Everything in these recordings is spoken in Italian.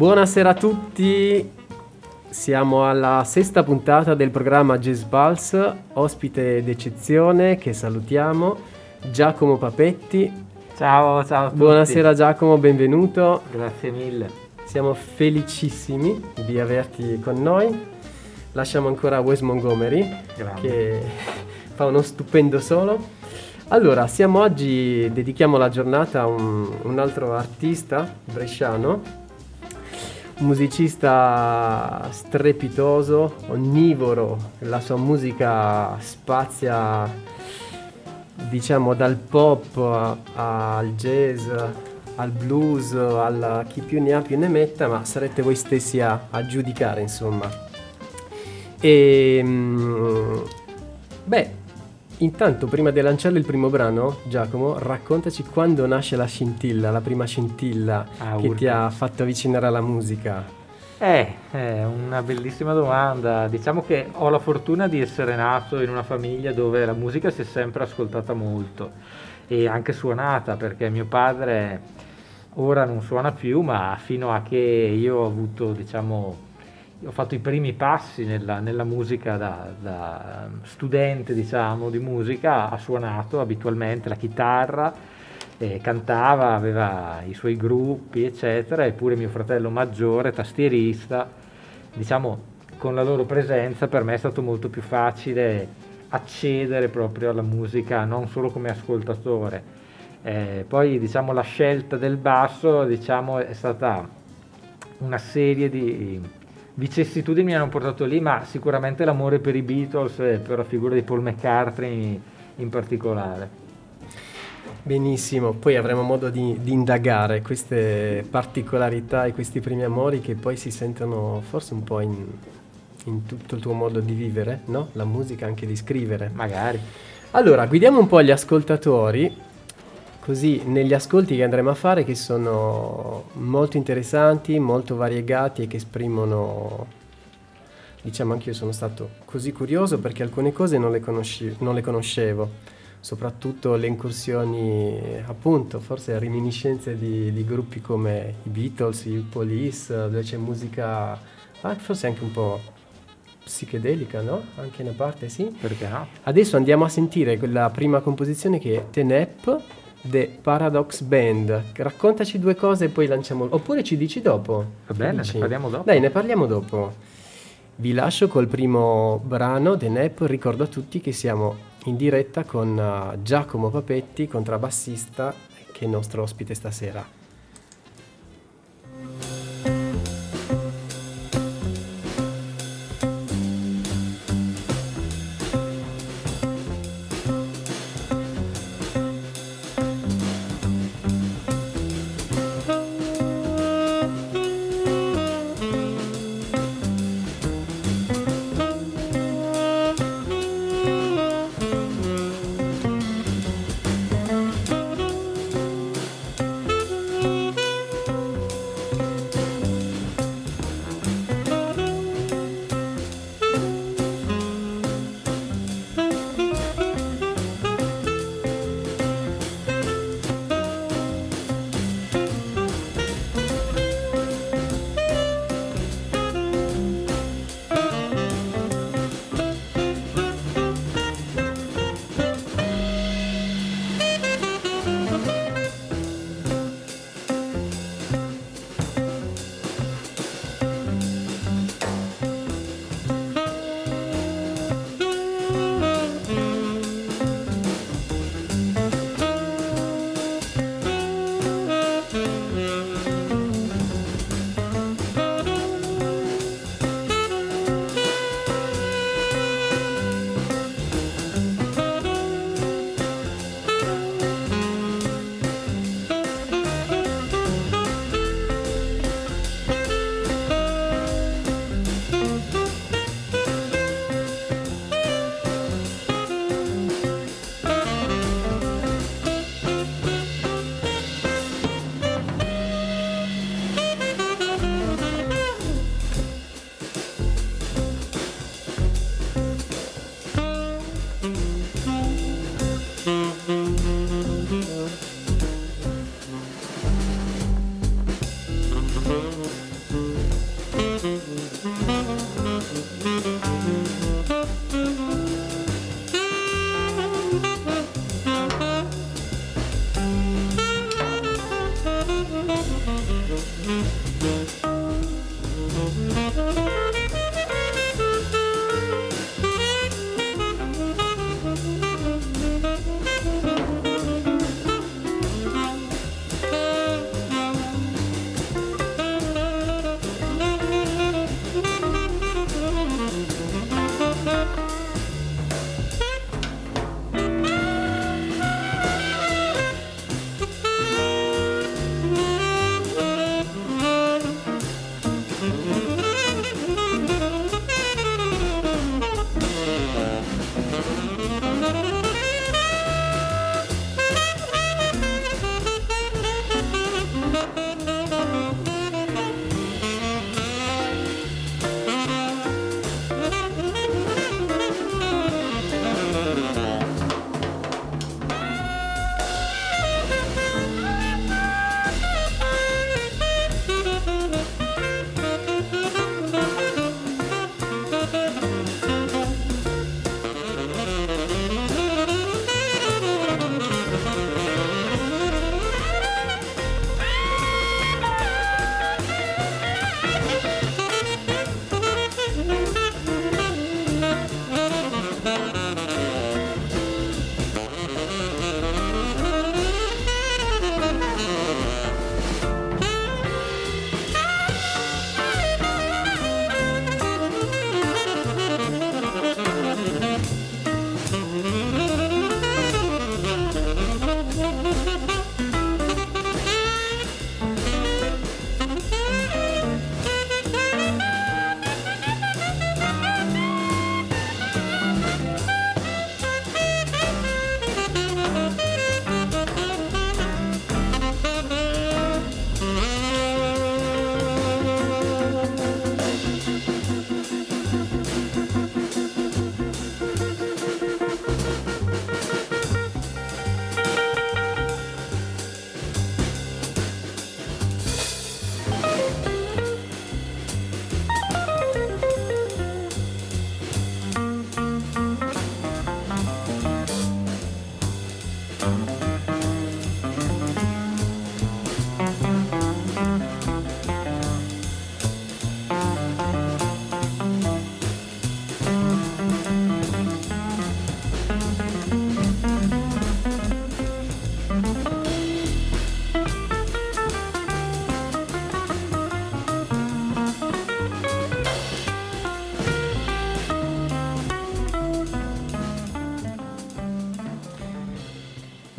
Buonasera a tutti, siamo alla sesta puntata del programma Jazz Pulse, ospite d'eccezione che salutiamo, Giacomo Papetti. Ciao a tutti. Buonasera Giacomo, benvenuto. Grazie mille. Siamo felicissimi di averti con noi. Lasciamo ancora Wes Montgomery, Grande. che fa uno stupendo solo. Allora, dedichiamo la giornata a un altro artista bresciano, un musicista strepitoso, onnivoro. La sua musica spazia, diciamo, dal pop al jazz, al blues, al chi più ne ha più ne metta, ma sarete voi stessi a giudicare, insomma. Intanto, prima di lanciare il primo brano, Giacomo, raccontaci quando nasce la scintilla, la prima scintilla che ti ha fatto avvicinare alla musica. È una bellissima domanda. Diciamo che ho la fortuna di essere nato in una famiglia dove la musica si è sempre ascoltata molto e anche suonata, perché mio padre ora non suona più, ma fino a che io ho avuto, diciamo, ho fatto i primi passi nella musica da studente, diciamo, di musica, ha suonato abitualmente la chitarra, cantava, aveva i suoi gruppi, eccetera, eppure mio fratello maggiore, tastierista, diciamo, con la loro presenza per me è stato molto più facile accedere proprio alla musica, non solo come ascoltatore. Poi, diciamo, la scelta del basso, diciamo, è stata una serie di vicissitudini mi hanno portato lì, ma sicuramente l'amore per i Beatles e per la figura di Paul McCartney in particolare. Benissimo, poi avremo modo di indagare queste particolarità e questi primi amori che poi si sentono forse un po' in tutto il tuo modo di vivere, no? La musica, anche di scrivere. Magari. Allora, guidiamo un po' gli ascoltatori, così negli ascolti che andremo a fare, che sono molto interessanti, molto variegati e che esprimono, diciamo, anche io sono stato così curioso perché alcune cose non le conoscevo, soprattutto le incursioni, appunto, forse reminiscenze di gruppi come i Beatles, i Police, dove c'è musica forse anche un po' psichedelica, no? Anche una parte, sì. Perché no? Adesso andiamo a sentire quella prima composizione che è The Nap, The Paradox Band. Raccontaci due cose e poi lanciamo, oppure ci dici dopo? Va bene, ne parliamo dopo. Dai, ne parliamo dopo. Vi lascio col primo brano, The Nap. Ricordo a tutti che siamo in diretta con Giacomo Papetti, contrabbassista, che è il nostro ospite stasera.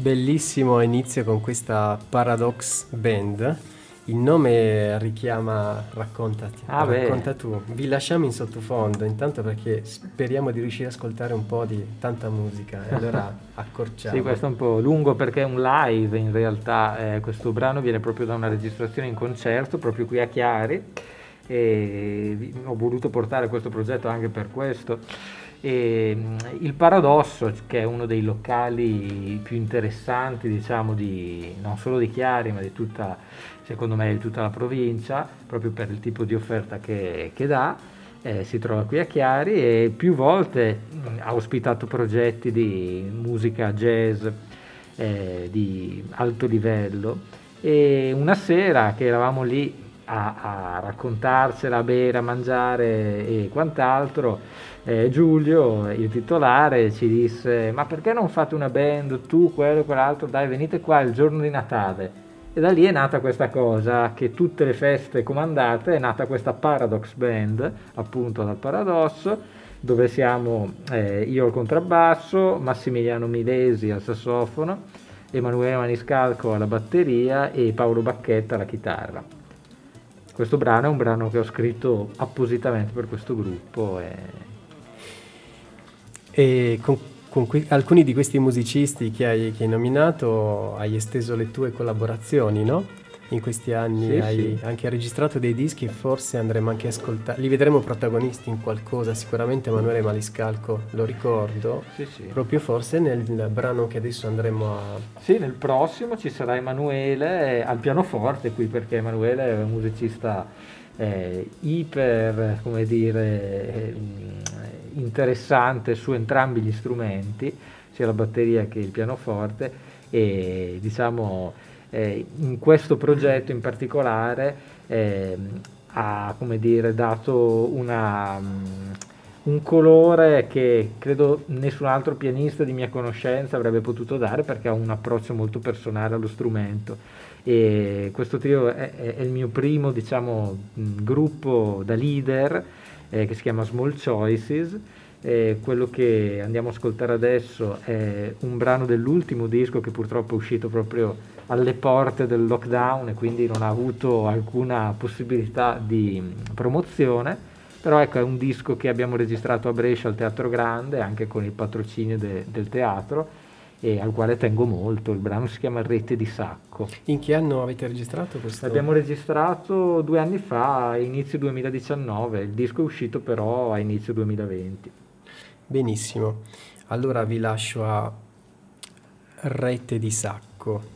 Bellissimo inizio con questa Paradox Band. Il nome richiama, Ah beh, racconta tu. Vi lasciamo in sottofondo, intanto perché speriamo di riuscire ad ascoltare un po' di tanta musica e allora sì, accorciamo. questo è un po' lungo perché è un live in realtà, questo brano viene proprio da una registrazione in concerto, proprio qui a Chiari, e ho voluto portare questo progetto anche per questo. Il Paradosso, che è uno dei locali più interessanti, diciamo, non solo di Chiari, ma di tutta, secondo me, di tutta la provincia, proprio per il tipo di offerta che dà, si trova qui a Chiari e più volte ha ospitato progetti di musica jazz di alto livello e una sera che eravamo lì a raccontarcela, a bere, a mangiare e quant'altro, Giulio, il titolare, ci disse: ma perché non fate una band, tu, quello e quell'altro, dai, venite qua il giorno di Natale. E da lì è nata questa cosa, che tutte le feste comandate è nata questa Paradox Band, appunto dal Paradosso, dove siamo io al contrabbasso, Massimiliano Milesi al sassofono, Emanuele Maniscalco alla batteria e Paolo Bacchetta alla chitarra. Questo brano è un brano che ho scritto appositamente per questo gruppo. E con alcuni di questi musicisti che hai nominato hai esteso le tue collaborazioni, no? In questi anni Sì, sì, hai anche registrato dei dischi e forse andremo anche a ascoltare, li vedremo protagonisti in qualcosa, sicuramente Emanuele Maliscalco lo ricordo, sì, sì. proprio forse nel brano che adesso andremo a... Sì, nel prossimo ci sarà Emanuele al pianoforte qui perché Emanuele è un musicista iper, come dire, interessante su entrambi gli strumenti, sia la batteria che il pianoforte e diciamo in questo progetto in particolare ha, come dire, dato un colore che credo nessun altro pianista di mia conoscenza avrebbe potuto dare perché ha un approccio molto personale allo strumento e questo trio è il mio primo, diciamo, gruppo da leader che si chiama Small Choices. Quello che andiamo a ascoltare adesso è un brano dell'ultimo disco che purtroppo è uscito proprio alle porte del lockdown e quindi non ha avuto alcuna possibilità di promozione, però ecco è un disco che abbiamo registrato a Brescia al Teatro Grande anche con il patrocinio del teatro e al quale tengo molto. Il brano si chiama Rete di Sacco. In che anno avete registrato questo? L'abbiamo registrato 2 anni fa, a inizio 2019, il disco è uscito però a inizio 2020. Benissimo, allora vi lascio a Rete di Sacco.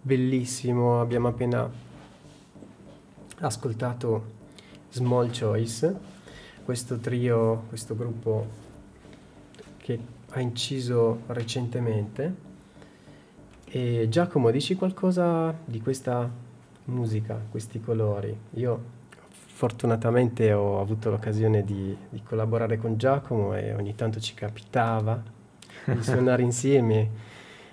bellissimo, abbiamo appena ascoltato Small Choice, questo trio, questo gruppo che ha inciso recentemente. E Giacomo, dici qualcosa di questa musica, questi colori? Io fortunatamente ho avuto l'occasione di collaborare con Giacomo e ogni tanto ci capitava di suonare insieme.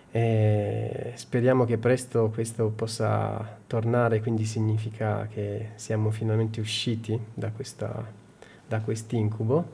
E speriamo che presto questo possa tornare, quindi significa che siamo finalmente usciti da quest'incubo.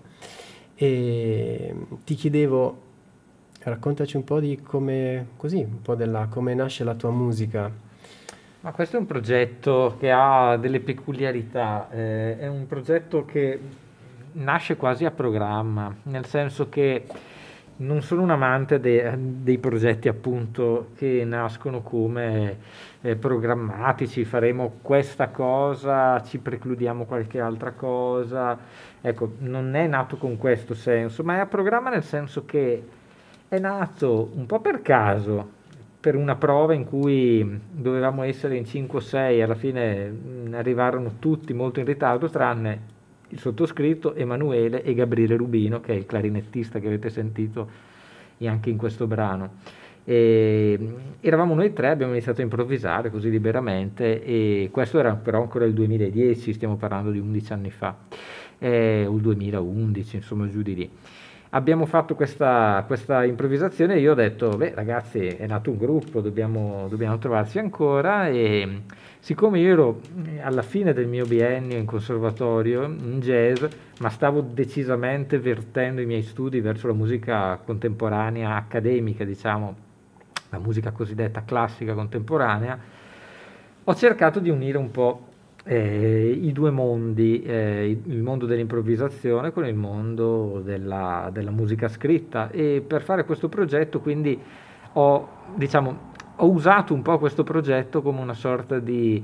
E ti chiedevo, raccontaci un po' di come, così, un po' della come nasce la tua musica. Ma questo è un progetto che ha delle peculiarità, è un progetto che nasce quasi a programma, nel senso che non sono un amante dei progetti appunto che nascono come programmatici, faremo questa cosa, ci precludiamo qualche altra cosa. Ecco, non è nato con questo senso, ma è a programma nel senso che è nato un po' per caso, per una prova in cui dovevamo essere in 5 o 6, alla fine arrivarono tutti molto in ritardo, tranne il sottoscritto, Emanuele e Gabriele Rubino, che è il clarinettista che avete sentito anche in questo brano. E eravamo noi tre, abbiamo iniziato a improvvisare così liberamente e questo era però ancora il 2010, stiamo parlando di 11 anni fa, o il 2011, insomma giù di lì. Abbiamo fatto questa improvvisazione e io ho detto, beh ragazzi, è nato un gruppo, dobbiamo trovarci ancora e siccome io ero alla fine del mio biennio in conservatorio, in jazz, ma stavo decisamente vertendo i miei studi verso la musica contemporanea accademica, diciamo, la musica cosiddetta classica contemporanea, ho cercato di unire un po' i due mondi, il mondo dell'improvvisazione con il mondo della musica scritta e per fare questo progetto quindi ho, diciamo, ho usato un po' questo progetto come una sorta di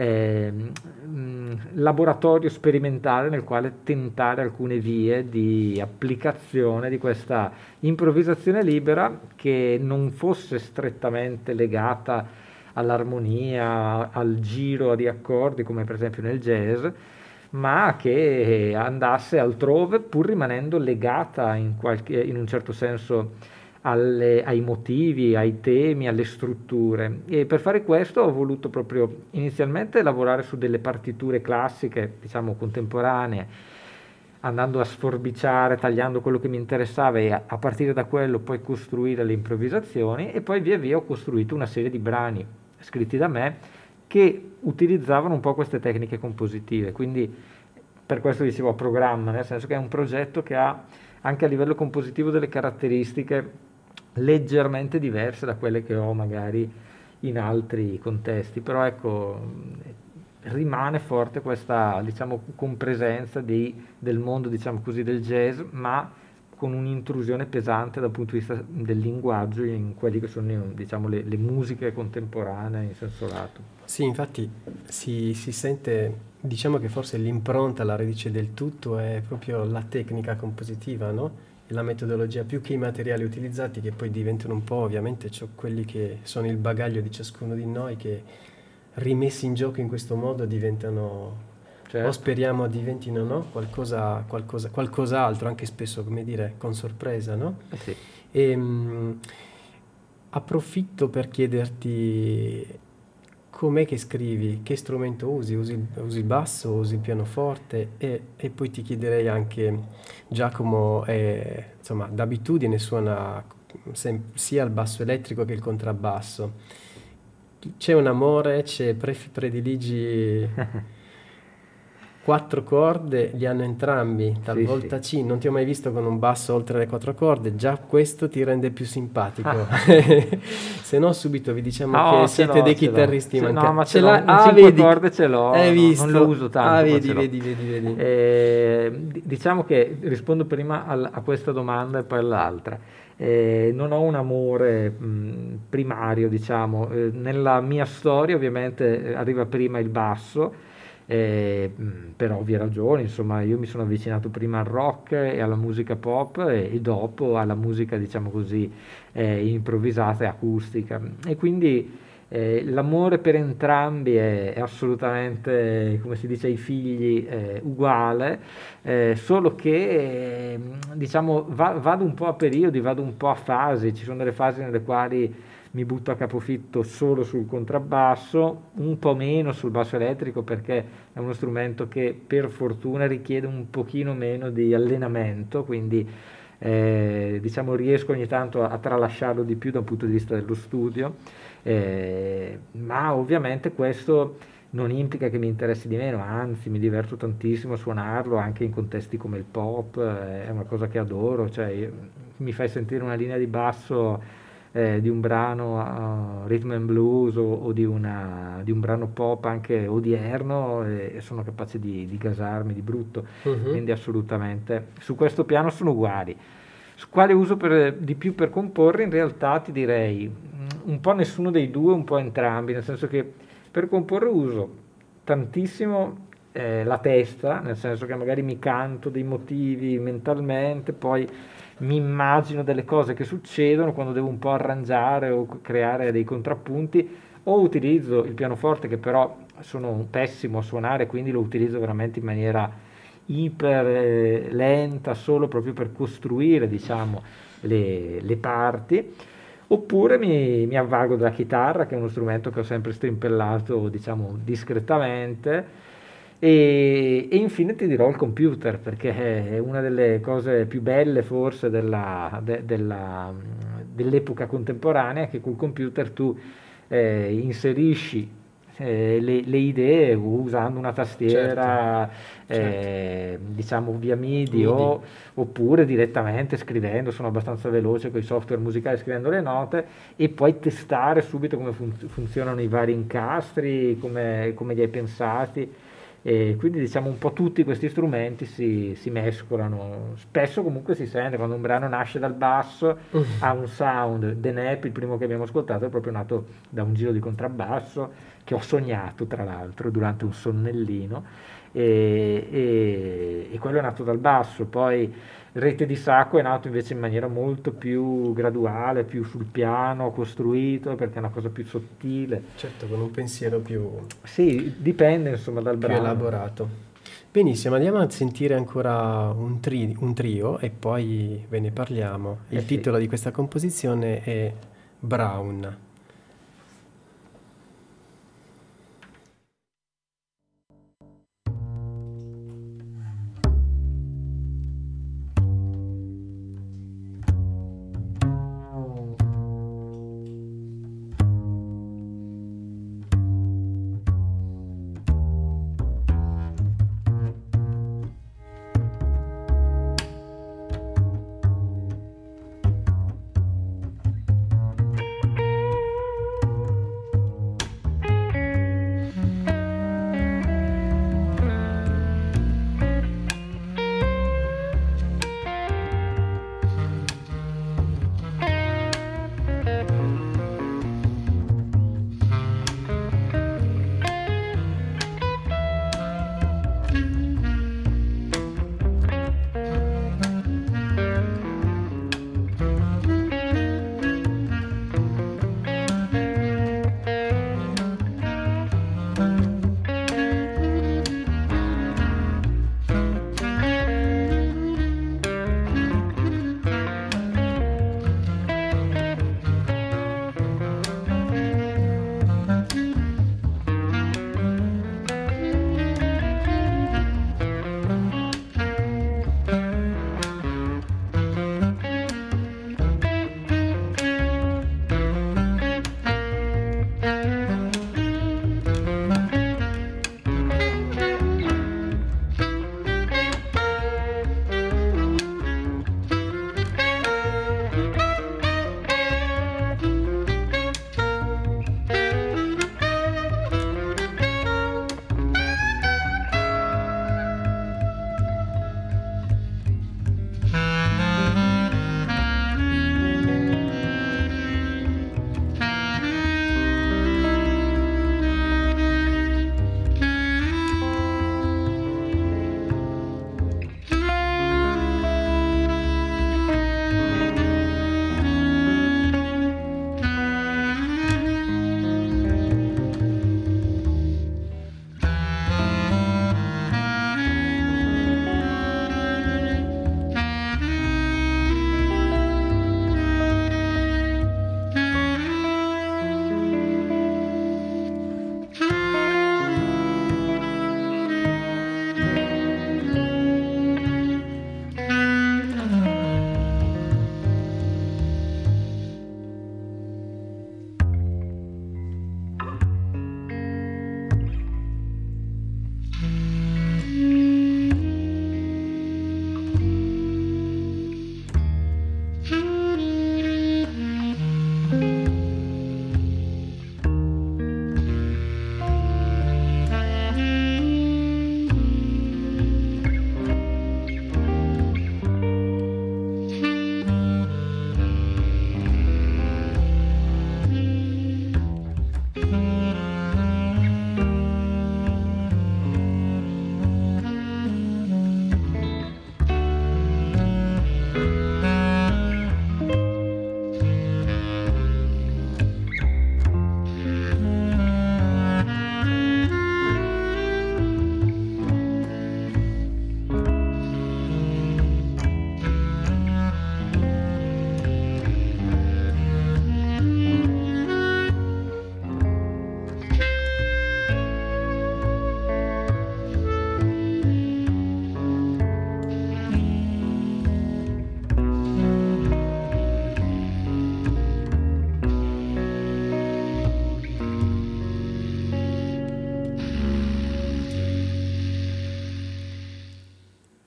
laboratorio sperimentale nel quale tentare alcune vie di applicazione di questa improvvisazione libera che non fosse strettamente legata all'armonia, al giro di accordi come per esempio nel jazz, ma che andasse altrove pur rimanendo legata in un certo senso ai motivi, ai temi, alle strutture. E per fare questo ho voluto proprio inizialmente lavorare su delle partiture classiche, diciamo contemporanee, andando a sforbiciare, tagliando quello che mi interessava e a partire da quello poi costruire le improvvisazioni e poi via via ho costruito una serie di brani scritti da me che utilizzavano un po' queste tecniche compositive. Quindi per questo dicevo a programma, nel senso che è un progetto che ha anche a livello compositivo delle caratteristiche leggermente diverse da quelle che ho magari in altri contesti, però ecco, rimane forte questa, diciamo, compresenza del mondo, diciamo così, del jazz, ma con un'intrusione pesante dal punto di vista del linguaggio in quelli che sono, diciamo, le musiche contemporanee in senso lato. Sì, infatti si sente, diciamo che forse l'impronta, la radice del tutto è proprio la tecnica compositiva, no? E la metodologia più che i materiali utilizzati che poi diventano un po' ovviamente quelli che sono il bagaglio di ciascuno di noi che rimessi in gioco in questo modo diventano, o Certo. speriamo diventino, no? Qualcos'altro, anche spesso, come dire, con sorpresa, no? Eh sì. E, approfitto per chiederti com'è che scrivi, che strumento usi? Usi il basso, usi il pianoforte? E poi ti chiederei anche, Giacomo, insomma, d'abitudine suona sia il basso elettrico che il contrabbasso. C'è un amore, prediligi quattro corde, li hanno entrambi, Sì, sì. talvolta C, non ti ho mai visto con un basso oltre le quattro corde, già questo ti rende più simpatico. Se no subito vi diciamo che No, siete dei ce l'ho. chitarristi No, ma Ce ce l'ho. l'hai? Un Ah, 5 vedi, corde ce l'ho, hai non lo visto? uso Ah, tanto, ma ce vedi, l'ho. vedi, vedi, vedi. Diciamo che rispondo prima a questa domanda e poi all'altra. Non ho un amore primario, diciamo. Nella mia storia ovviamente arriva prima il basso, per ovvie ragioni, insomma, io mi sono avvicinato prima al rock e alla musica pop e dopo alla musica, diciamo così, improvvisata e acustica. E quindi L'amore per entrambi è assolutamente, come si dice ai figli, uguale, solo che diciamo vado un po' a periodi, vado un po' a fasi, ci sono delle fasi nelle quali mi butto a capofitto solo sul contrabbasso, un po' meno sul basso elettrico perché è uno strumento che per fortuna richiede un pochino meno di allenamento, quindi diciamo riesco ogni tanto a tralasciarlo di più da un punto di vista dello studio, ma ovviamente questo non implica che mi interessi di meno, anzi mi diverto tantissimo a suonarlo anche in contesti come il pop, è una cosa che adoro, cioè mi fai sentire una linea di basso di un brano rhythm and blues o di un brano pop anche odierno e sono capace di gasarmi di brutto, Mhm. quindi assolutamente su questo piano sono uguali. Su quale uso di più per comporre? In realtà ti direi un po' nessuno dei due, un po' entrambi, nel senso che per comporre uso tantissimo la testa, nel senso che magari mi canto dei motivi mentalmente, poi mi immagino delle cose che succedono quando devo un po' arrangiare o creare dei contrappunti, o utilizzo il pianoforte che però sono pessimo a suonare, quindi lo utilizzo veramente in maniera iper lenta, solo proprio per costruire, diciamo, le parti. Oppure mi avvalgo della chitarra, che è uno strumento che ho sempre strimpellato, diciamo, discretamente. E infine ti dirò il computer, perché è una delle cose più belle forse dell'epoca contemporanea, che col computer tu inserisci le idee usando una Certo, tastiera, certo. diciamo via MIDI MIDI. oppure direttamente scrivendo, sono abbastanza veloce con i software musicali scrivendo le note e poi testare subito come funzionano i vari incastri, come li hai pensati. E quindi diciamo un po' tutti questi strumenti si mescolano. Spesso comunque si sente quando un brano nasce dal basso, ha un sound. The Nap, il primo che abbiamo ascoltato, è proprio nato da un giro di contrabbasso che ho sognato tra l'altro durante un sonnellino e quello è nato dal basso. Poi Rete di Sacco è nato invece in maniera molto più graduale, più sul piano, costruito perché è una cosa più sottile. Certo, con un pensiero Sì, dipende insomma dal più brano. elaborato. Benissimo, andiamo a sentire ancora un trio e poi ve ne parliamo. Eh Il sì. titolo di questa composizione è Brown.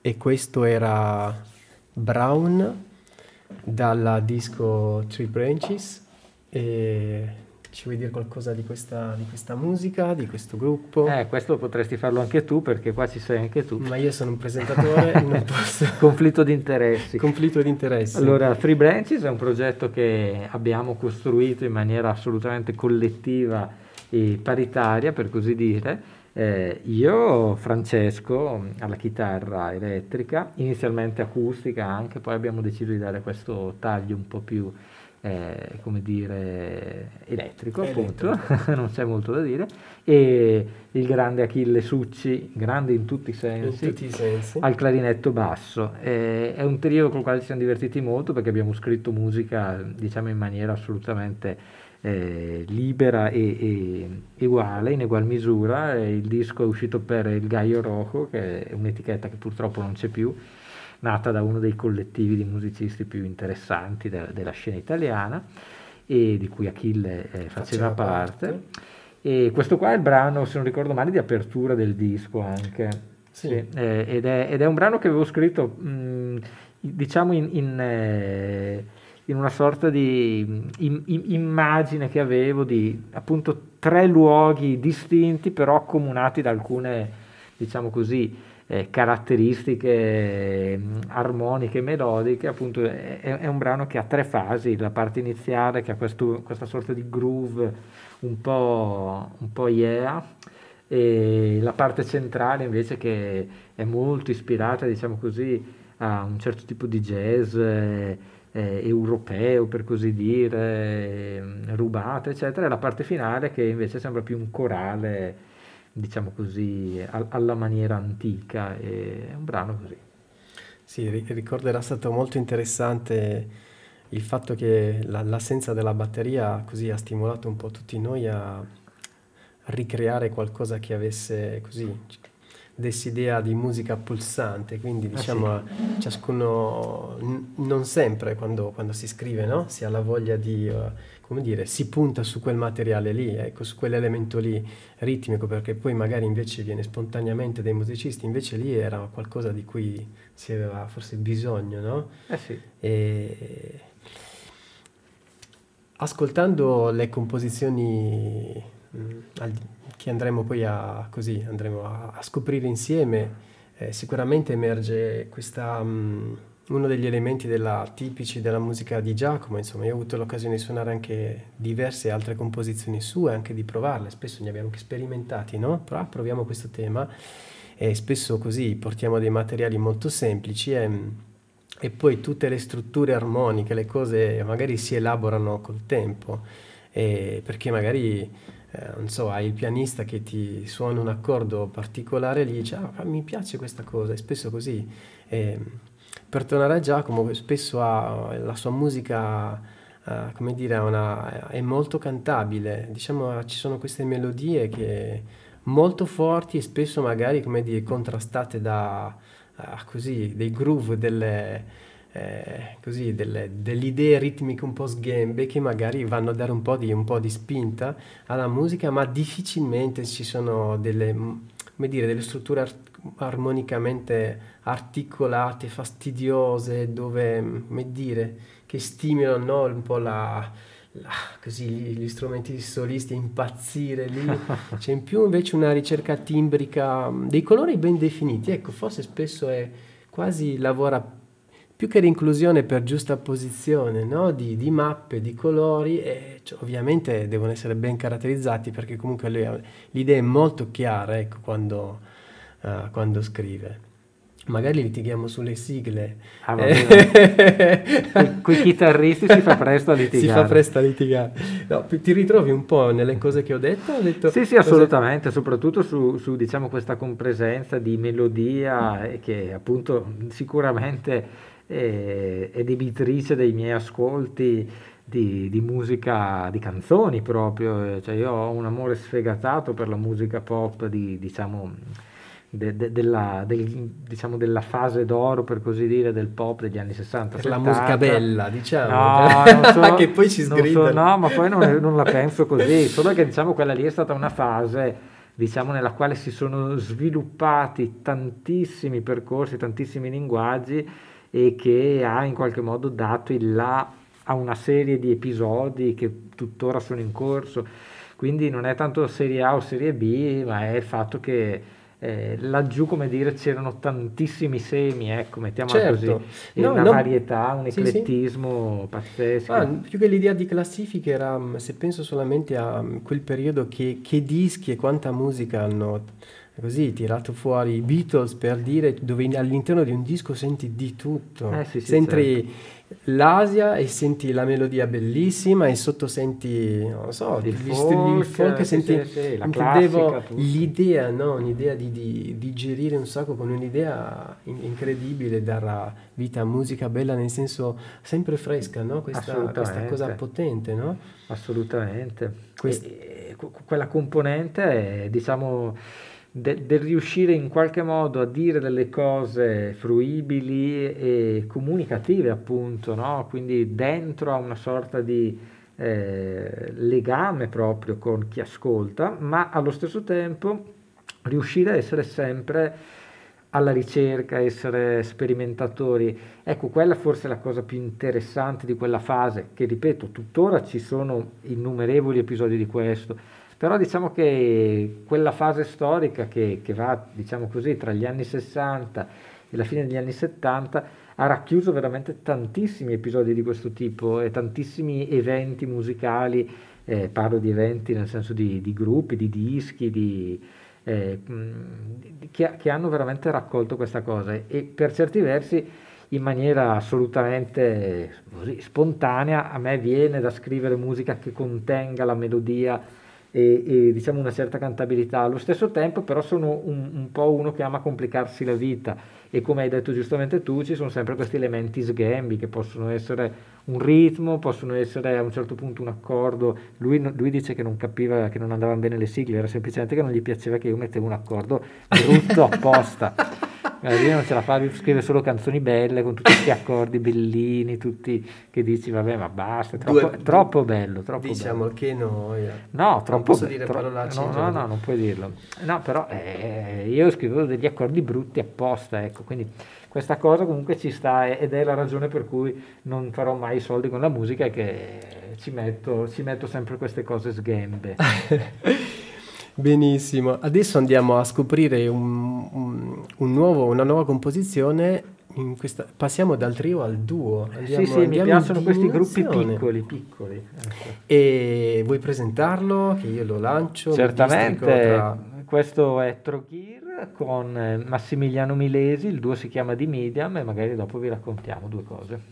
e questo era Brown dalla disco Three Branches. E ci vuoi dire qualcosa di questa musica, di questo gruppo? Questo potresti farlo anche tu, perché qua ci sei anche tu. Ma io sono un presentatore, non posso. Conflitto di interessi. Conflitto di interessi. Allora, Three Branches è un progetto che abbiamo costruito in maniera assolutamente collettiva e paritaria, per così dire. Io, Francesco, alla chitarra elettrica, inizialmente acustica anche, poi abbiamo deciso di dare questo taglio un po' più, come dire, elettrico, appunto, non c'è molto da dire, e il grande Achille Succi, grande in tutti i sensi, al clarinetto basso. È un trio con il quale ci siamo divertiti molto, perché abbiamo scritto musica, diciamo, in maniera assolutamente libera e uguale, in egual misura. Il disco è uscito per il Gallo Rojo, che è un'etichetta che purtroppo non c'è più, nata da uno dei collettivi di musicisti più interessanti della scena italiana, e di cui Achille faceva parte. E questo qua è il brano, se non ricordo male, di apertura del disco anche. Sì. Ed è un brano che avevo scritto diciamo in una sorta di immagine che avevo di appunto 3 luoghi distinti, però accomunati da alcune, diciamo così, caratteristiche armoniche, melodiche. Appunto è un brano che ha 3 fasi: la parte iniziale, che ha questa sorta di groove un po' yeah, e la parte centrale invece, che è molto ispirata, diciamo così, a un certo tipo di jazz europeo, per così dire, rubato, eccetera, e la parte finale che invece sembra più un corale, diciamo così, alla maniera antica. È un brano così. Sì, ricordo era stato molto interessante il fatto che l'assenza della batteria così ha stimolato un po' tutti noi a ricreare qualcosa che avesse così, desse idea di musica pulsante, quindi diciamo sì, ciascuno, non sempre quando si scrive, no? Si ha la voglia di, come dire, si punta su quel materiale lì, ecco, su quell'elemento lì ritmico, perché poi magari invece viene spontaneamente dai musicisti, invece lì era qualcosa di cui si aveva forse bisogno, no? Sì. E ascoltando le composizioni che andremo poi andremo a scoprire insieme, sicuramente emerge uno degli elementi tipici della musica di Giacomo. Insomma, io ho avuto l'occasione di suonare anche diverse altre composizioni sue, anche di provarle, spesso ne abbiamo anche sperimentati, no? Però proviamo questo tema e spesso così portiamo dei materiali molto semplici e poi tutte le strutture armoniche, le cose magari si elaborano col tempo, perché magari non so, hai il pianista che ti suona un accordo particolare, lì dice mi piace questa cosa, e spesso così. Per tornare a Giacomo, spesso la sua musica, come dire, è molto cantabile, diciamo, ci sono queste melodie che molto forti e spesso magari, come dire, contrastate da così dei groove, delle idee ritmiche un po' sghembe, che magari vanno a dare un po' di spinta alla musica, ma difficilmente ci sono delle strutture armonicamente articolate, fastidiose, dove, come dire, che stimolano, no, un po' così gli strumenti solisti a impazzire lì. C'è in più invece una ricerca timbrica, dei colori ben definiti, ecco, forse spesso è quasi lavora più che l'inclusione per giusta posizione, no? di mappe, di colori, e ovviamente devono essere ben caratterizzati, perché comunque l'idea è molto chiara, ecco, quando scrive. Magari litighiamo sulle sigle. Con i chitarristi si fa presto a litigare. Si fa presto a litigare. No, ti ritrovi un po' nelle cose che ho detto? Sì, assolutamente, soprattutto su diciamo questa compresenza di melodia, che appunto sicuramente è debitrice dei miei ascolti di musica, di canzoni proprio. Cioè, io ho un amore sfegatato per la musica pop diciamo della fase d'oro, per così dire, del pop degli anni 60, per 70. La musica bella, diciamo. No, non so, che poi ci sgridano. No, ma poi non la penso così, solo che diciamo quella lì è stata una fase diciamo nella quale si sono sviluppati tantissimi percorsi, tantissimi linguaggi e che ha in qualche modo dato il là a una serie di episodi che tuttora sono in corso. Quindi non è tanto serie A o serie B, ma è il fatto che laggiù, come dire, c'erano tantissimi semi, ecco, mettiamola così, Certo, e no, una no, varietà, un sì, sì. eclettismo Ah, pazzesco. più che l'idea di classifiche era, se penso solamente a quel periodo che dischi e quanta musica hanno così tirato fuori i Beatles per dire, dove all'interno di un disco senti di tutto, Sì, sì, certo. senti l'Asia e senti la melodia bellissima e sotto senti, non lo so, il folk, Sì, senti, sì, sì, la intendevo classica, tutto. l'idea, no? Un'idea di digerire un sacco con un'idea incredibile, dare vita a musica bella nel senso sempre fresca, no? Questa cosa Assolutamente. potente, no? Assolutamente. Quest- Quella componente è, diciamo, del riuscire in qualche modo a dire delle cose fruibili e comunicative, appunto, no? Quindi dentro a una sorta di legame proprio con chi ascolta, ma allo stesso tempo riuscire a essere sempre alla ricerca, essere sperimentatori. Ecco, quella forse è la cosa più interessante di quella fase, che ripeto, tuttora ci sono innumerevoli episodi di questo, però diciamo che quella fase storica che va, diciamo così, tra gli anni 60 e la fine degli anni 70 ha racchiuso veramente tantissimi episodi di questo tipo e tantissimi eventi musicali, parlo di eventi nel senso di gruppi, di dischi, che hanno veramente raccolto questa cosa e per certi versi in maniera assolutamente così, spontanea a me viene da scrivere musica che contenga la melodia e, diciamo una certa cantabilità. Allo stesso tempo però sono un po' uno che ama complicarsi la vita e come hai detto giustamente tu ci sono sempre questi elementi sghembi che possono essere un ritmo, possono essere a un certo punto un accordo. Lui dice che non capiva, che non andavano bene le sigle, era semplicemente che non gli piaceva che io mettevo un accordo brutto apposta. Lui non ce la fa, lui scrive solo canzoni belle con tutti questi accordi bellini, tutti che dici vabbè ma basta, due, è du- troppo bello, troppo bello. diciamo che noia. No, Non troppo posso bello. dire parolacce in No, no, giornata. no, non puoi dirlo. No, però io scrivevo degli accordi brutti apposta, ecco, quindi questa cosa comunque ci sta ed è la ragione per cui non farò mai i soldi con la musica e che ci metto sempre queste cose sghembe. Benissimo, adesso andiamo a scoprire una nuova composizione. Passiamo dal trio al duo, Sì, sì, mi andiamo in piacciono questi gruppi diminuzione. piccoli, piccoli. Ecco. E vuoi presentarlo? Che io lo lancio, mi districo Certamente, tra... questo è Trogir con Massimiliano Milesi, il duo si chiama The Medium e magari dopo vi raccontiamo due cose.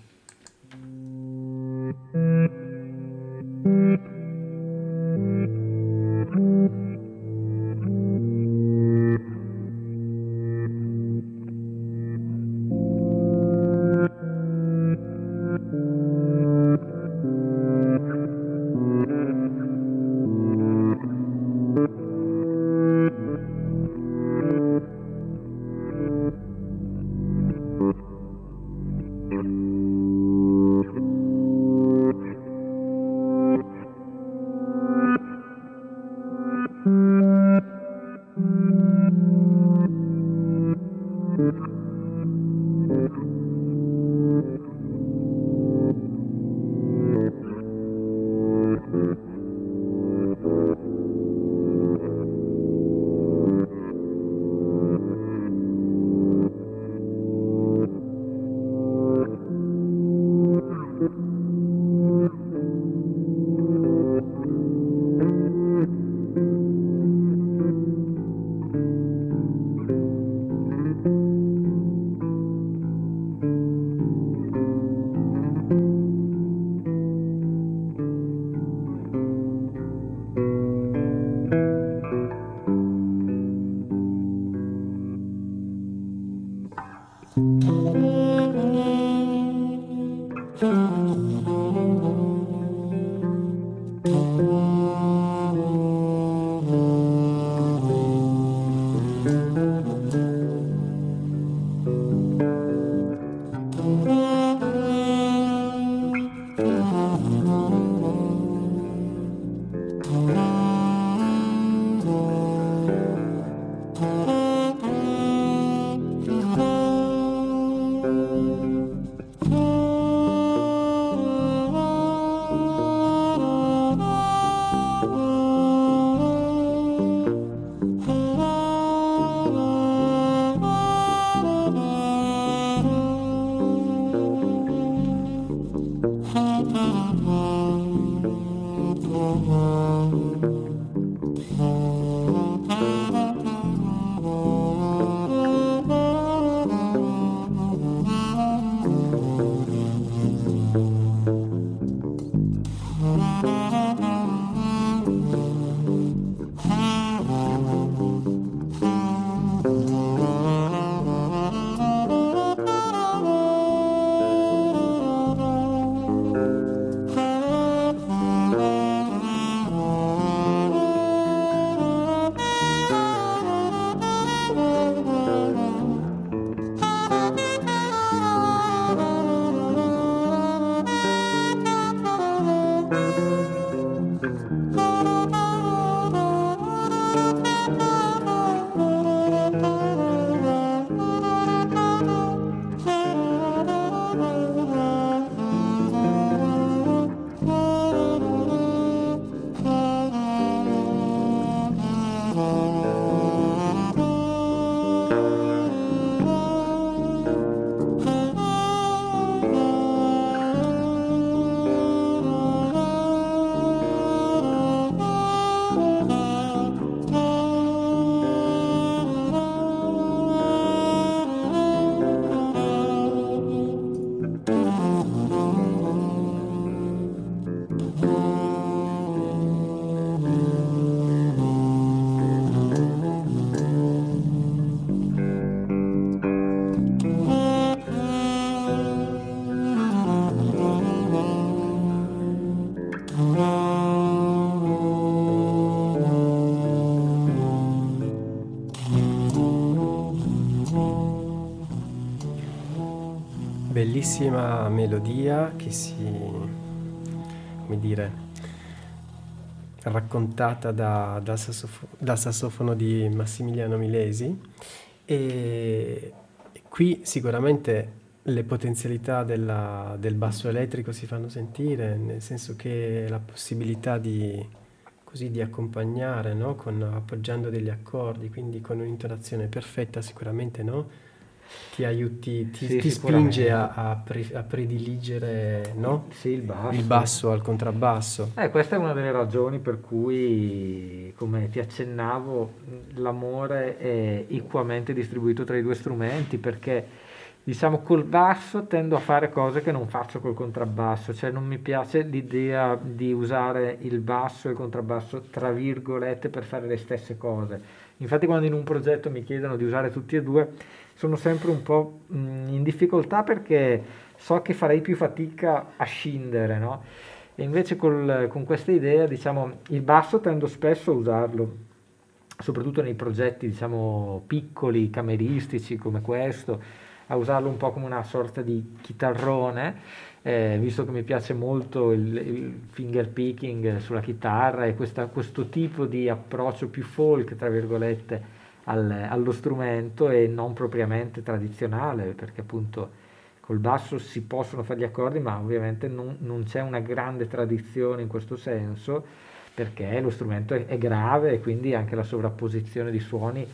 Bellissima melodia che come dire, raccontata dal sassofono di Massimiliano Milesi e qui sicuramente le potenzialità del basso elettrico si fanno sentire, nel senso che la possibilità di accompagnare, no? Appoggiando degli accordi, quindi con un'intonazione perfetta sicuramente, no? Ti aiuti, Sì, ti spinge sicuramente. a prediligere, no? Sì, il Il basso. basso al contrabbasso. Questa è una delle ragioni per cui, come ti accennavo, l'amore è equamente distribuito tra i due strumenti, perché diciamo col basso tendo a fare cose che non faccio col contrabbasso, cioè non mi piace l'idea di usare il basso e il contrabbasso tra virgolette per fare le stesse cose. Infatti quando in un progetto mi chiedono di usare tutti e due, sono sempre un po' in difficoltà perché so che farei più fatica a scindere, no? E invece con questa idea, diciamo, il basso tendo spesso a usarlo, soprattutto nei progetti, diciamo, piccoli, cameristici come questo, a usarlo un po' come una sorta di chitarrone, visto che mi piace molto il finger picking sulla chitarra e questo tipo di approccio più folk, tra virgolette, allo strumento e non propriamente tradizionale, perché appunto col basso si possono fare gli accordi, ma ovviamente non c'è una grande tradizione in questo senso, perché lo strumento è grave e quindi anche la sovrapposizione di suoni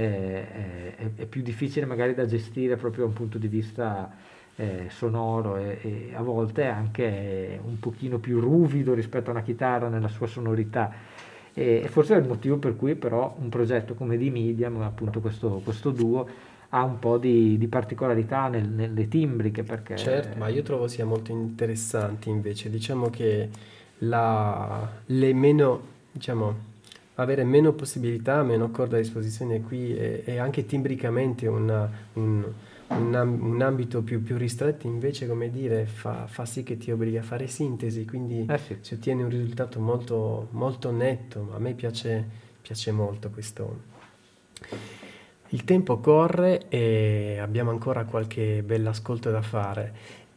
è più difficile magari da gestire proprio da un punto di vista sonoro e a volte anche un pochino più ruvido rispetto a una chitarra nella sua sonorità. E forse è il motivo per cui però un progetto come di Medium, appunto questo duo, ha un po' di particolarità nelle timbriche Certo, ma perché io trovo sia molto interessante invece. Diciamo che le meno, diciamo, avere meno possibilità, meno corde a disposizione qui e anche timbricamente un ambito più ristretto invece, come dire, fa sì che ti obblighi a fare sintesi, quindi eh sì. si ottiene un risultato molto, molto netto. A me piace molto questo. Il tempo corre e abbiamo ancora qualche bell'ascolto da fare.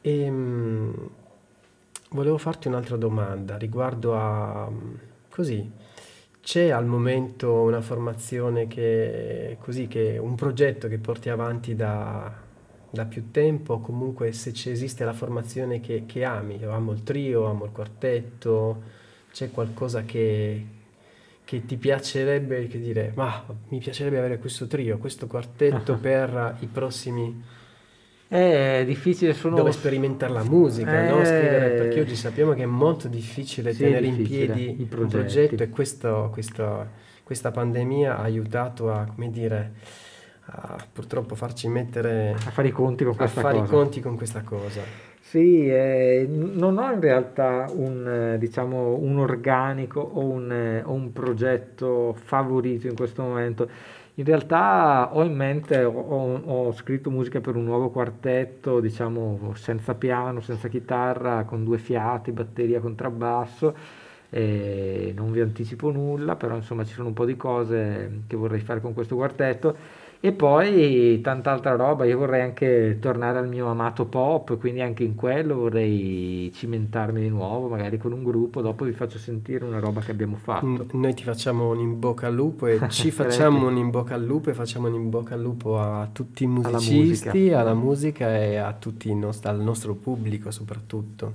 Volevo farti un'altra domanda riguardo così, c'è al momento una formazione che un progetto che porti avanti da più tempo, o comunque se esiste la formazione che ami? Io amo il trio, amo il quartetto, c'è qualcosa che ti piacerebbe, che dire, ma mi piacerebbe avere questo trio, questo quartetto per i prossimi. È difficile, sono... dove sperimentare la musica, no? Scrivere, perché oggi sappiamo che è molto difficile Sì, è tenere in difficile, piedi i un progetti. progetto, e questa pandemia ha aiutato a, come dire, a purtroppo farci mettere A fare i conti con a questa fare i cosa. conti con questa cosa. Sì, non ho in realtà diciamo, un organico o un progetto favorito in questo momento. In realtà ho in mente, ho scritto musica per un nuovo quartetto, diciamo, senza piano, senza chitarra, con due fiati, batteria, contrabbasso. E non vi anticipo nulla, però insomma ci sono un po' di cose che vorrei fare con questo quartetto. E poi tanta altra roba, io vorrei anche tornare al mio amato pop, quindi anche in quello vorrei cimentarmi di nuovo, magari con un gruppo, dopo vi faccio sentire una roba che abbiamo fatto. Noi ti facciamo un in bocca al lupo e ci Crepi, facciamo un in bocca al lupo e facciamo un in bocca al lupo a tutti i alla musica. musicisti, alla musica e a tutti al nostro pubblico soprattutto.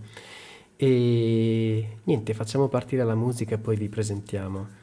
E niente, facciamo partire la musica e poi vi presentiamo.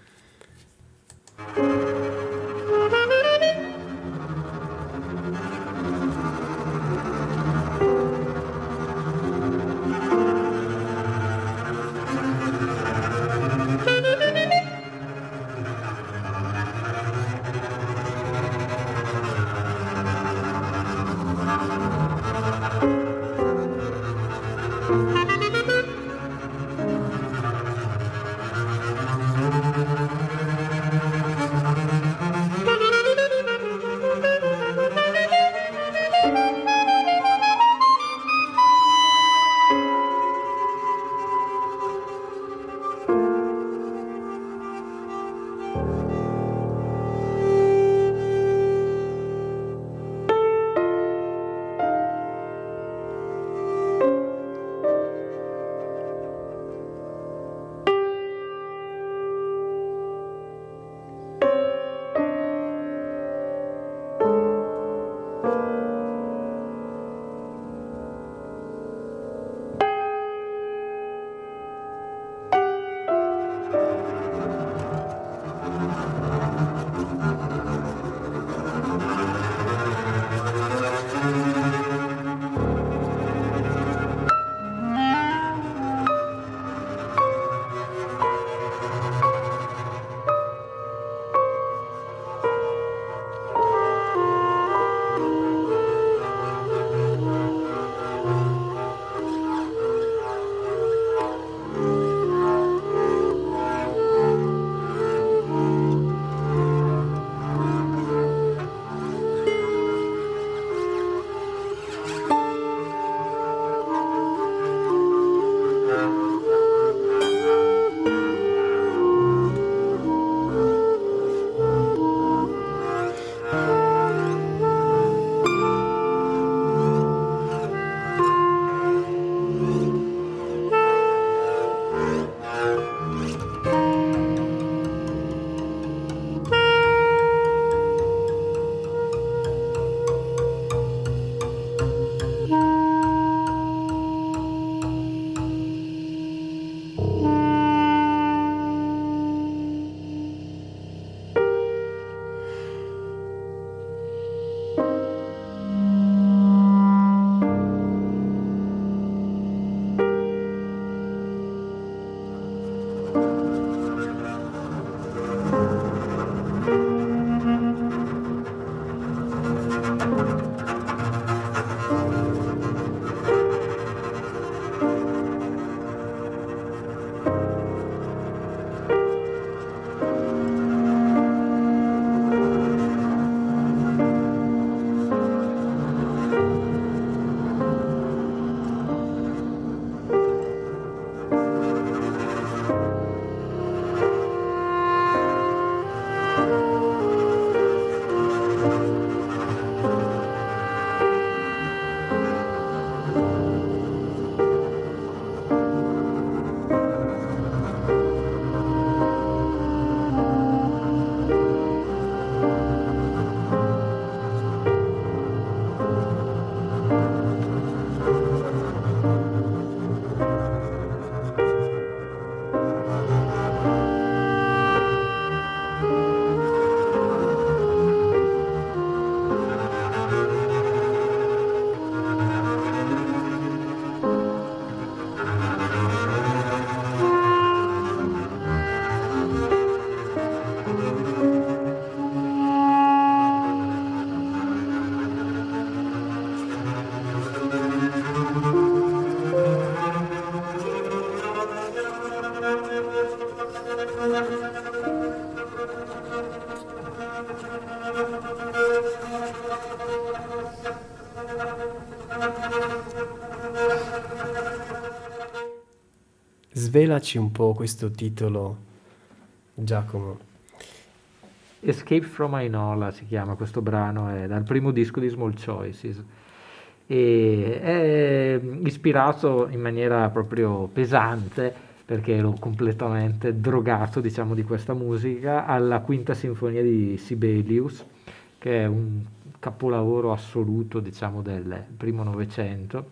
svelaci un po' questo titolo, Giacomo. Escape from Ainola si chiama questo brano, è dal primo disco di Small Choices e è ispirato in maniera proprio pesante, perché ero completamente drogato, diciamo, di questa musica, alla Quinta Sinfonia di Sibelius, che è un capolavoro assoluto, diciamo, del primo Novecento,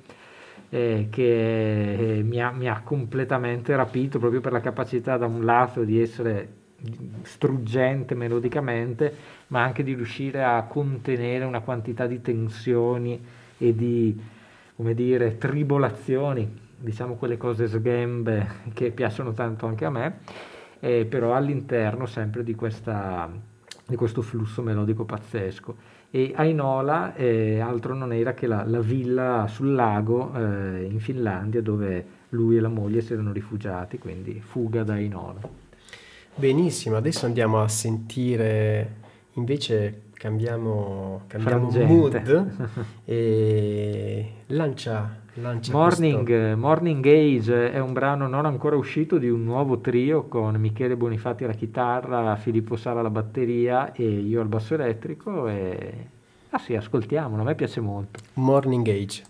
che mi ha completamente rapito proprio per la capacità, da un lato, di essere struggente melodicamente, ma anche di riuscire a contenere una quantità di tensioni e di, come dire, tribolazioni, diciamo quelle cose sghembe che piacciono tanto anche a me, però all'interno sempre di questo flusso melodico pazzesco. E Ainola altro non era che la villa sul lago in Finlandia, dove lui e la moglie si erano rifugiati, quindi Fuga da Ainola. Benissimo, adesso andiamo a sentire, invece cambiamo Frangente. mood e lancia Morning Age è un brano non ancora uscito di un nuovo trio con Michele Bonifati alla chitarra, Filippo Sala alla batteria e io al basso elettrico. Sì, ascoltiamolo, a me piace molto. Morning Age.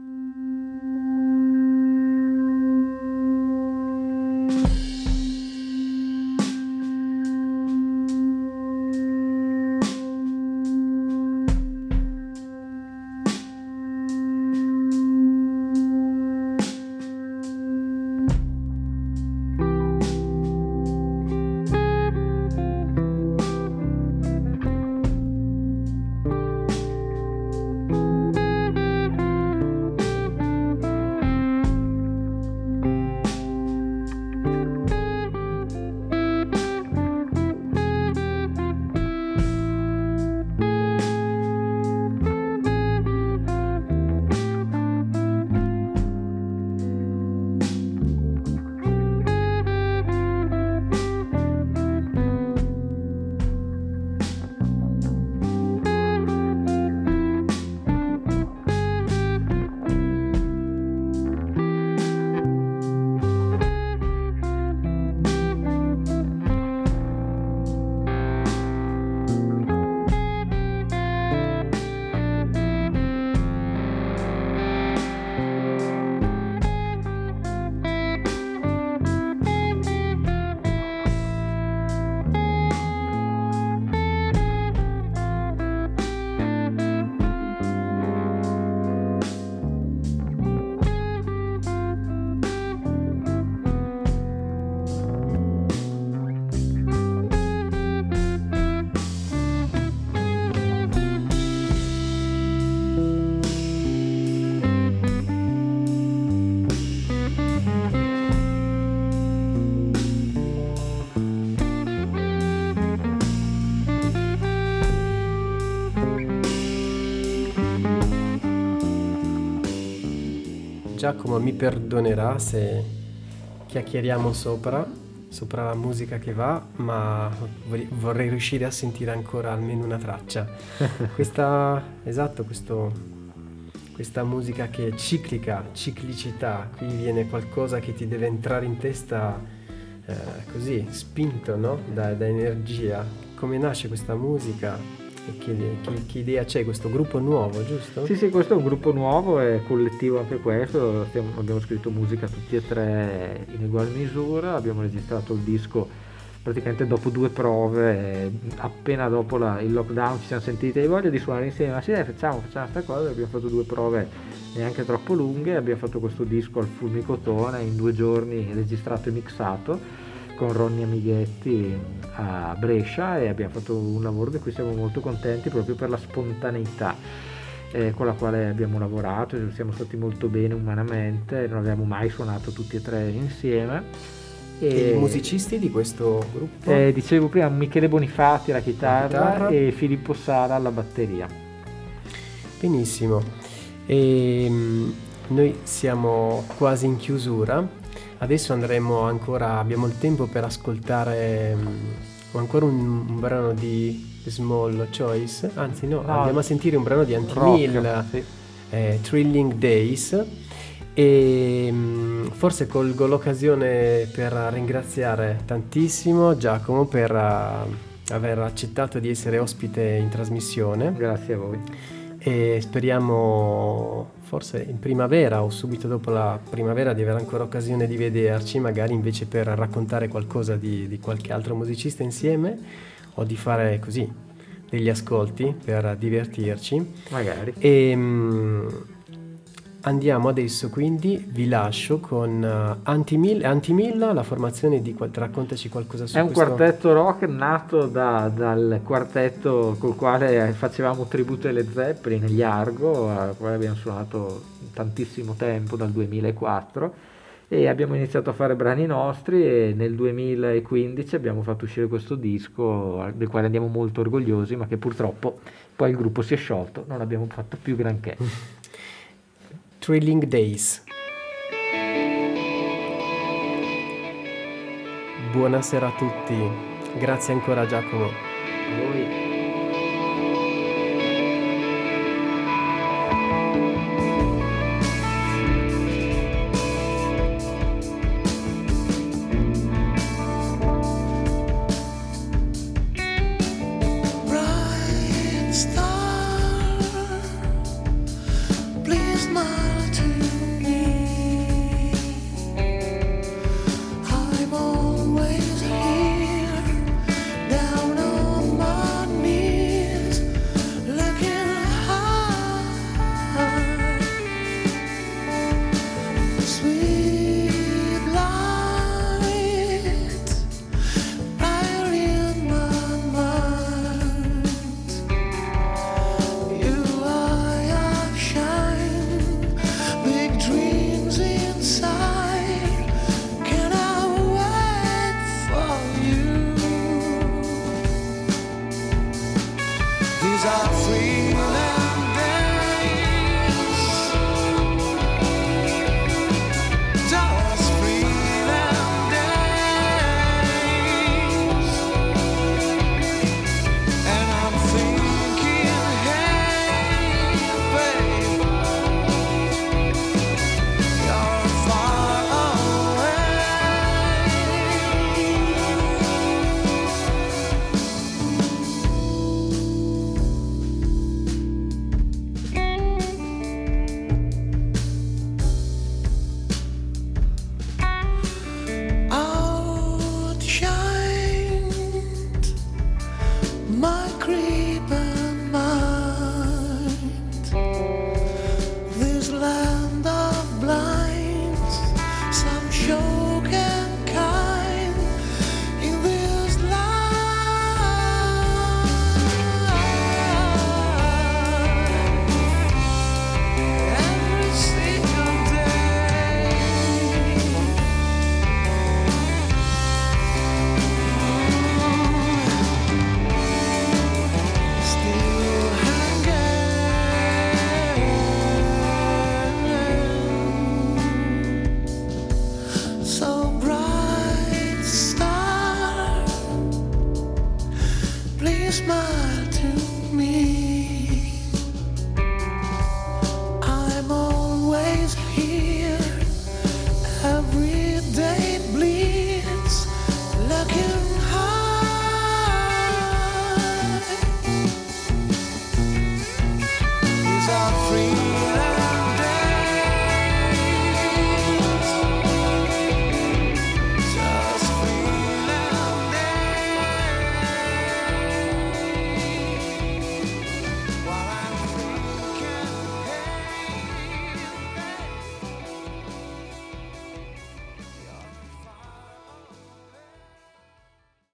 Giacomo mi perdonerà se chiacchieriamo sopra la musica che va, ma vorrei riuscire a sentire ancora almeno una traccia. Questa musica che è ciclicità, qui viene qualcosa che ti deve entrare in testa così, spinto, no? Da energia. Come nasce questa musica? E che idea c'è? Questo gruppo nuovo, giusto? Sì, questo è un gruppo nuovo, è collettivo anche questo, abbiamo scritto musica tutti e tre in uguale misura, abbiamo registrato il disco praticamente dopo 2 prove, appena dopo il lockdown ci siamo sentiti e voglia di suonare insieme, ma sì dai, facciamo questa cosa, abbiamo fatto 2 prove neanche troppo lunghe, abbiamo fatto questo disco al Fulmicotone in 2 giorni, registrato e mixato con Ronny Amighetti a Brescia, e abbiamo fatto un lavoro di cui siamo molto contenti proprio per la spontaneità con la quale abbiamo lavorato, siamo stati molto bene umanamente, non abbiamo mai suonato tutti e tre insieme. E i musicisti di questo gruppo? Dicevo prima, Michele Bonifati alla chitarra e Filippo Sala alla batteria. Benissimo, e noi siamo quasi in chiusura. Adesso abbiamo il tempo per ascoltare ancora un brano di Small Choice, andiamo a sentire un brano di Anti-Mill, sì. Thrilling Days, E forse colgo l'occasione per ringraziare tantissimo Giacomo per aver accettato di essere ospite in trasmissione. Grazie a voi. E speriamo forse in primavera o subito dopo la primavera di avere ancora occasione di vederci, magari invece per raccontare qualcosa di qualche altro musicista insieme, o di fare così degli ascolti per divertirci. Magari. E andiamo adesso, quindi vi lascio con Antimilla, la formazione di raccontaci qualcosa su È un questo. quartetto rock nato dal quartetto col quale facevamo tributo alle Zeppelin, negli Argo, al quale abbiamo suonato tantissimo tempo, dal 2004, e abbiamo iniziato a fare brani nostri, e nel 2015 abbiamo fatto uscire questo disco del quale andiamo molto orgogliosi, ma che purtroppo poi il gruppo si è sciolto, non abbiamo fatto più granché. Thrilling Days. Buonasera a tutti, grazie ancora Giacomo. A voi.